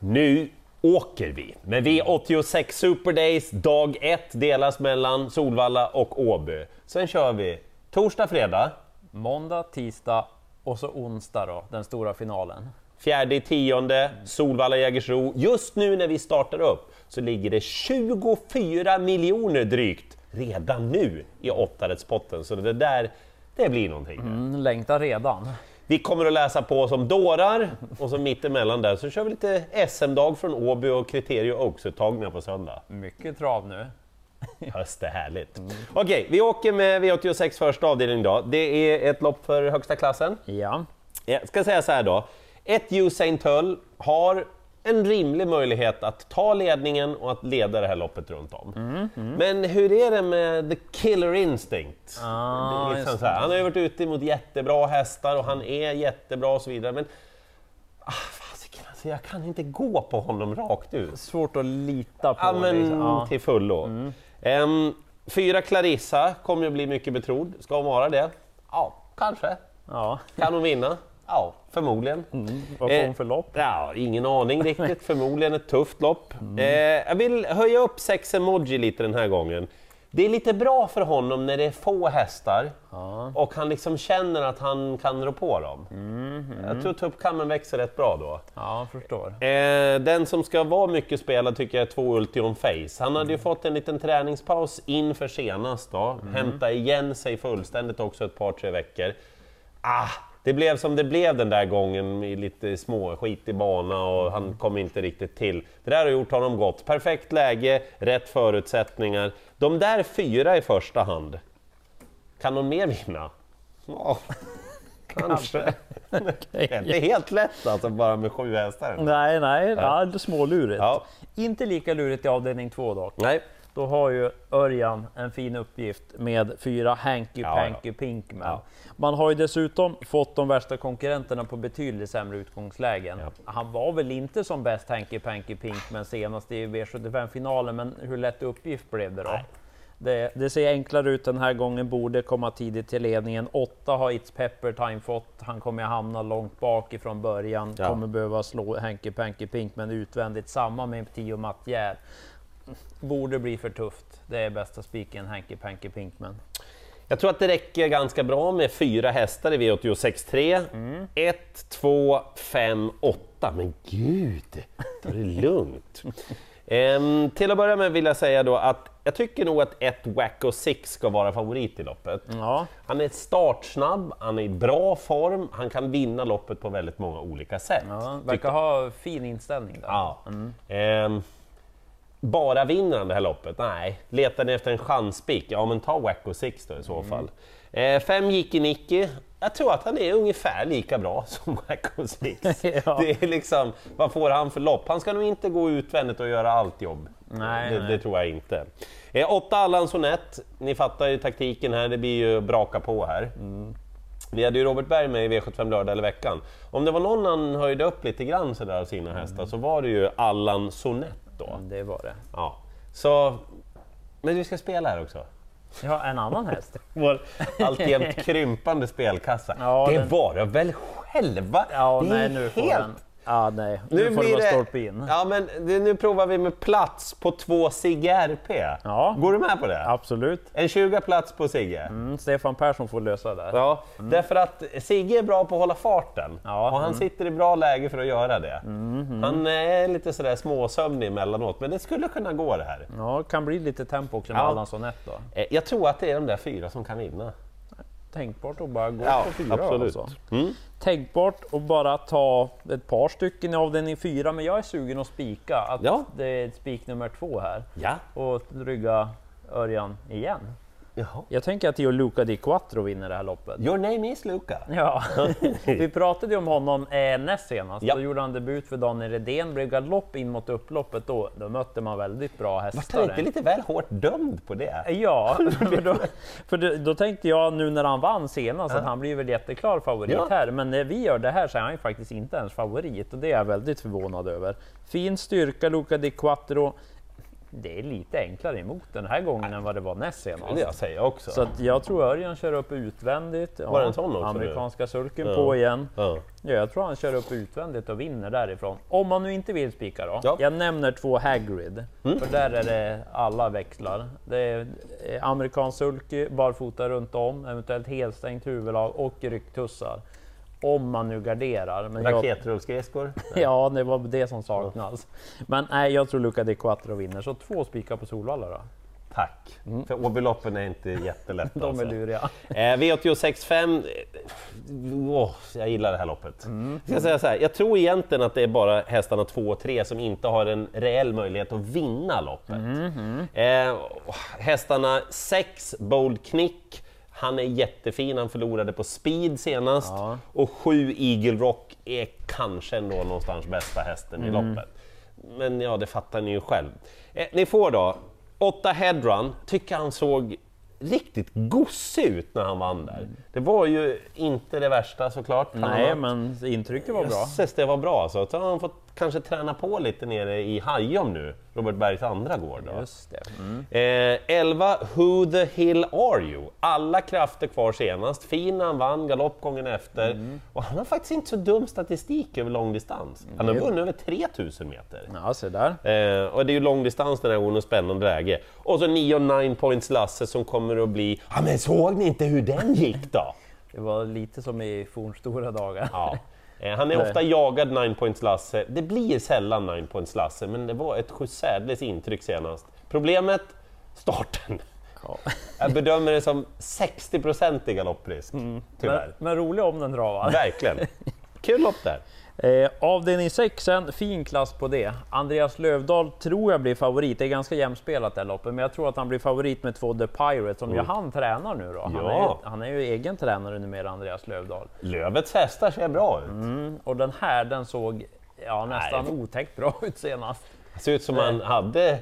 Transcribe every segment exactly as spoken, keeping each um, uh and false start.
Nu åker vi med V åttiosex Super Days. Dag ett delas mellan Solvalla och Åby. Sen kör vi torsdag, fredag. Måndag, tisdag och så onsdag då, den stora finalen. Fjärde i tionde, Solvalla Jägersro. Just nu när vi startar upp så ligger det tjugofyra miljoner drygt redan nu i åttarättspotten. Så det där, det blir någonting. Mm, längtar redan. Vi kommer att läsa på som dårar och så mittemellan där så kör vi lite S M-dag från Åby och Kriterio Oaks-uttagningar på söndag. Mycket trav nu. Höst är härligt. Mm. Okej, vi åker med V åttiosex första avdelning då. Det är ett lopp för högsta klassen. Ja. Jag ska säga så här då. Ett Usain Tull har en rimlig möjlighet att ta ledningen och att leda det här loppet runt om. Mm, mm. Men hur är det med The Killer Instinct? Ah, det är liksom så här. Han har ju varit ute mot jättebra hästar och han är jättebra och så vidare. Men ah, fasiken, alltså, jag kan inte gå på honom rakt ut. Svårt att lita på. Ja, men liksom. Ja. Till fullo. Mm. Um, fyra Clarissa kommer ju bli mycket betrodd. Ska hon vara det? Ja, kanske. Ja. Kan hon vinna? Ja, förmodligen. Mm. Vad får hon för lopp? Eh, ja, ingen aning riktigt. Förmodligen ett tufft lopp. Mm. Eh, jag vill höja upp sex emoji lite den här gången. Det är lite bra för honom när det är få hästar ja. Och han liksom känner att han kan rå på dem. Mm, mm. Jag tror tuppkammen växer rätt bra då. Ja, förstår. Eh, den som ska vara mycket spelad tycker jag är två Ultion Face. Han hade mm. ju fått en liten träningspaus inför senast då. Mm. Hämta igen sig fullständigt också ett par, tre veckor. Ah! Det blev som det blev den där gången i lite små skit i bana och han kom inte riktigt till. Det där har gjort honom gott. Perfekt läge, rätt förutsättningar. De där fyra i första hand. Kan någon mer vinna? Ja, kanske. Okay. Det är inte helt lätt alltså bara med sju hästar. Nej, nej, ja. Det är smålurigt. Ja. Inte lika lurigt i avdelning två dock. Nej. Då har ju Örjan en fin uppgift med fyra Hanky ja, Panky ja. Pinkman. Ja. Man har ju dessutom fått de värsta konkurrenterna på betydligt sämre utgångslägen. Ja. Han var väl inte som bäst Hanky Panky Pinkman senast i V sjuttiofem-finalen, men hur lätt uppgift blev det då? Det, det ser enklare ut den här gången, borde komma tidigt till ledningen. Åtta har It's Pepper Time fått, han kommer hamna långt bak ifrån början. Ja. Kommer behöva slå Hanky Panky Pinkman utvändigt, samma med tio Matt Gär. Borde bli för tufft. Det är bästa spiken Hanky Panky Pinkman. Jag tror att det räcker ganska bra med fyra hästar i V åttiosex tre. Mm. ett, två, fem, åtta. Men gud, det är lugnt. ehm, till att börja med vill jag säga då att jag tycker nog att ett Wacko Six ska vara favorit i loppet. Ja. Han är startsnabb, han är i bra form, han kan vinna loppet på väldigt många olika sätt. Ja, verkar ha fin inställning där. Ja. Mm. Ehm, Bara vinner han det här loppet? Nej. Letar ni efter en chanspik? Ja, men ta Wacko Six då i så fall. Mm. Eh, fem Jicki Nicki. Jag tror att han är ungefär lika bra som Wacko Six. Ja. Det är liksom, vad får han för lopp? Han ska nog inte gå utvändigt och göra allt jobb. Nej, det, nej. det tror jag inte. Eh, åtta Allan Sonett. Ni fattar ju taktiken här, det blir ju braka på här. Mm. Vi hade ju Robert Berg med i V sjuttiofem lördag eller veckan. Om det var någon han höjde upp lite grann så där av sina hästar mm. så var det ju Allan Sonett. Mm, det var det. Ja. Så, men vi ska spela här också. Ja, en annan häst. Vår alltjämt krympande spelkassa. Ja, det den... var det väl själva? Ja, det nej, är nu får helt... den. Ja, nej. Nu, Nu får blir det det... stolpe in. Ja, men det, nu provar vi med plats på två Sigge R P. Ja. Går du med på det? Absolut. En tjugo plats på Sigge. Mm, Stefan Persson får lösa det. Ja, mm. därför att Sigge är bra på att hålla farten. Ja, och han mm. sitter i bra läge för att göra det. Mm, mm. Han är lite sådär småsömnig emellanåt, men det skulle kunna gå det här. Ja, det kan bli lite tempo också med ja. Allan Sonett då. Jag tror att det är de där fyra som kan vinna. Tänkbart att bara gå ja, på fyra. Absolut. Alltså. Mm. Tänkbart att bara ta ett par stycken av den i fyra, men jag är sugen att spika att ja. det är spik nummer två här. Ja. Och rygga Örjan igen. Jaha. Jag tänker att Tio Luca di Quattro vinner det här loppet. Your name is Luca. Ja, vi pratade ju om honom eh, näst senast. Ja. Då gjorde han debut för Daniel Redén, blev galopp in mot upploppet då. Då mötte man väldigt bra hästar. Var inte lite väl hårt dömd på det? Ja, för, då, för då, då tänkte jag nu när han vann senast ja. att han blir väl jätteklar favorit ja. här. Men när vi gör det här så är han ju faktiskt inte ens favorit och det är jag väldigt förvånad över. Fin styrka Luca di Quattro. det är lite enklare emot den här gången än vad det var näst senast. Det vill jag säga också. Så att jag tror Örjan kör upp utvändigt. Ja, var det en sån också? amerikanska sulken ja. på igen. Ja. Ja, jag tror han kör upp utvändigt och vinner därifrån. Om man nu inte vill spika då. Ja. Jag nämner två Hagrid. Mm. För där är det alla växlar. Det är amerikansk sulky, barfota runt om, eventuellt helstängt huvudlag och rycktussar. Om man nu garderar. Men raketrullskridskor? Ja, det var det som saknas. Ja. Men nej, jag tror Luca Di Quattro vinner. Så två spikar på Solvalla då. Tack, mm. för Åbyloppen är inte jättelätt. De alltså. är luriga. Eh, V åttiosex fem, oh, jag gillar det här loppet. Mm. Jag, ska säga så här, jag tror egentligen att det är bara hästarna två och tre som inte har en reell möjlighet att vinna loppet. Mm. Eh, hästarna sex, Bold Knick, han är jättefin, han förlorade på speed senast. Ja. Och sju, Eagle Rock är kanske ändå någonstans bästa hästen mm. i loppet. Men ja, det fattar ni ju själv. Eh, ni får då åtta Headrun, tycker han såg riktigt gossig ut när han vann där. Det var ju inte det värsta såklart. Nej, men intrycket var bra. Jösses, det var bra. Så att han har fått kanske träna på lite nere i Hajom nu, Robert Bergs andra gård. Då. Just det. Mm. Eh, elva, Who the Hill Are You? Alla krafter kvar senast. Fin han vann galoppgången efter. Mm. Och han har faktiskt inte så dum statistik över långdistans. Han har vunnit över tre tusen meter. Ja, så där. Eh, och det är ju långdistans den här gången och spännande läge. Och så nio nine points Lasse som kommer att bli... Ja, men såg ni inte hur den gick då? Det var lite som i fornstora dagar. Ja. Han är ofta jagad nine points Lasse. Det blir sällan nine points Lasse, men det var ett sjusädligt intryck senast. Problemet? Starten. Ja. Jag bedömer det som sextio procent i galopprisk, mm. tyvärr. Men, men rolig om den drar, va? Verkligen. Kul lopp där. Eh, avdelning sex, en fin klass på det. Andreas Lövdahl tror jag blir favorit. Det är ganska jämspelat det loppet, men jag tror att han blir favorit med två The Pirate som mm. ju han tränar nu då. Han, ja. är, ju, han är ju egen tränare numera, Andreas Lövdahl. Lövets hästar ser bra ut. Mm, och den här, den såg ja, nästan Nej. otäckt bra ut senast. Det ser ut som Nej. man hade...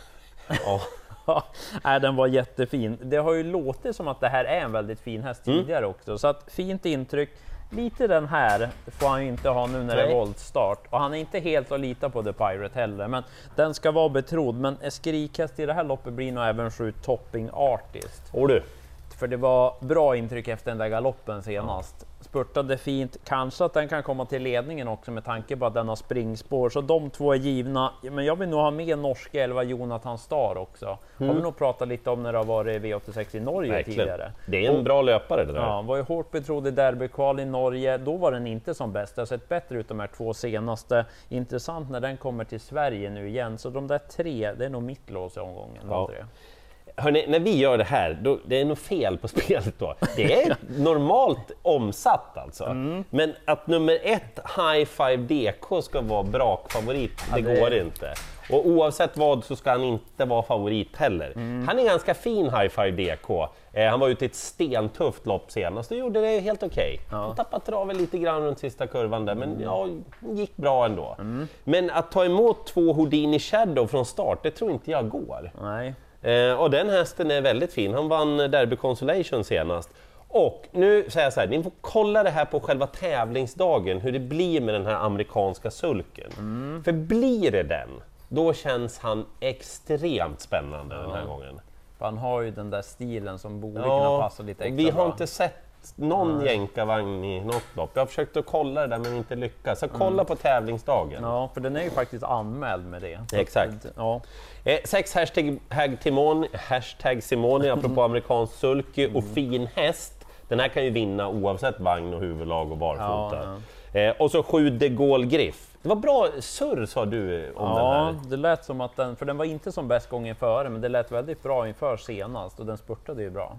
Oh. Nej, den var jättefin. Det har ju låtit som att det här är en väldigt fin häst tidigare mm. också, så att fint intryck. Lite den här får han ju inte ha nu när Nej. det är voltstart. Och han är inte helt att lita på The Pirate heller. Men den ska vara betrodd. Men skrikhäst i det här loppet blir nog även sju Topping Artist. Och du. För det var bra intryck efter den där galoppen senast. Ja. Spurtade fint. Kanske att den kan komma till ledningen också med tanke på att den har springspår. Så de två är givna. Men jag vill nog ha med norska elva Jonathan Star också. Mm. Har vi nog pratat lite om när det har varit V åttiosex i Norge Verkligen. tidigare. Det är en och, bra löpare det där. Ja, var ju hårt betrodd i derbykval i Norge. Då var den inte som bäst. Det har sett bättre ut de här två senaste. Intressant när den kommer till Sverige nu igen. Så de där tre, det är nog mitt lås i omgången. Ja. Hörrni, när vi gör det här, då, det är nog fel på spelet då. Det är normalt omsatt alltså. Mm. Men att nummer ett, High Five D K, ska vara brakfavorit, det, ja, det går inte. Och oavsett vad så ska han inte vara favorit heller. Mm. Han är ganska fin, High Five D K. Eh, han var ute i ett stentufft lopp senast och gjorde det helt okej. Okay. Ja. Han tappade traven lite grann runt sista kurvan där, men ja, gick bra ändå. Mm. Men att ta emot två Houdini Shadow från start, det tror inte jag går. Nej. Eh, och den hästen är väldigt fin. Han vann Derby Consolation senast. Och nu säger jag så här, ni får kolla det här på själva tävlingsdagen, hur det blir med den här amerikanska sulken. Mm. För blir det den, då känns han extremt spännande ja. den här gången. För han har ju den där stilen som borde ja, kunna passa lite extra vi har bra. inte sett någon mm. jänkarvagn i något lopp. Jag har försökt att kolla det där men inte lyckas. Så kolla mm. på tävlingsdagen. Ja, för den är ju faktiskt anmäld med det. Exakt. Ja. Eh, sex hashtag, Timon, hashtag Simoni, apropå amerikansk sulky mm. och fin häst. Den här kan ju vinna oavsett vagn och huvudlag och barfota. Ja, ja. Eh, och så sju De Gaulle Griff. Det var bra surr, sa du om ja, den här. Ja, det lät som att den, för den var inte som bäst gången före, men det lät väldigt bra inför senast och den spurtade ju bra.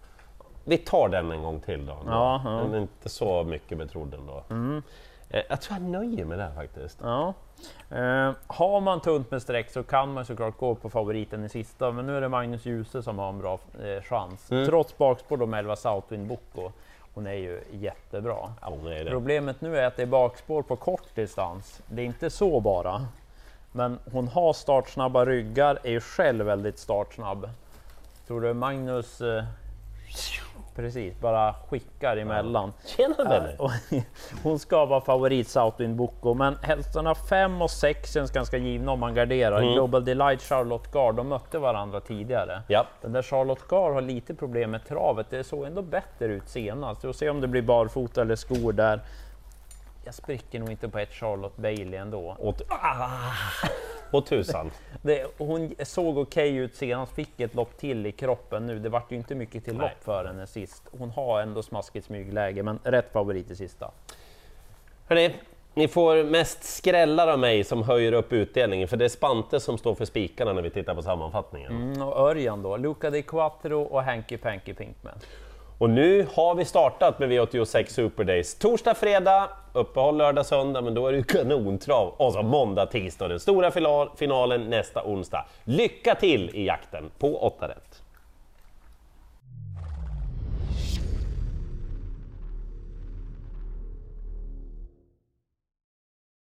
Vi tar den en gång till då. Ja, ja. Den är inte så mycket betrodd ändå. Mm. Eh, jag tror jag nöjer med det faktiskt. Ja. Eh, har man tunt med streck så kan man såklart gå på favoriten i sista, men nu är det Magnus Djuse som har en bra eh, chans. Mm. Trots bakspår då med elva Southwind Boko. Hon är ju jättebra. Ja, hon är det. Problemet nu är att det är bakspår på kort distans. Det är inte så bara. Men hon har startsnabba ryggar, är ju själv väldigt startsnabb. Tror du Magnus... Eh, precis. Bara skickar emellan. Tjena vänner! Uh, hon ska vara favorit Southwind Boko, men hästarna fem och sex känns ganska givna om man garderar. Mm. Global Delight, Charlotte Gard, de mötte varandra tidigare. Ja. Den där Charlotte Gard har lite problem med travet. Det såg ändå bättre ut senast. Vi får se om det blir barfota eller skor där. Jag spricker nog inte på ett Charlotte Bailey ändå. Och, ah, och tusan. Det, hon såg okej okay ut senast, fick ett lopp till i kroppen nu. Det vart ju inte mycket till lopp för henne sist. Hon har ändå smaskigt smygläge, men rätt favorit i sista. Hörrni, ni får mest skrällar av mig som höjer upp utdelningen, för det är Spante som står för spikarna när vi tittar på sammanfattningen. Mm, och Örjan då, Luca Di Quattro och Hanky Panky Pinkman. Och nu har vi startat med V åttiosex Super Days. Torsdag, fredag, uppehåll lördag, söndag, men då är det kanontrav. Och så måndag, tisdag, den stora finalen nästa onsdag. Lycka till i jakten på åtta rätt!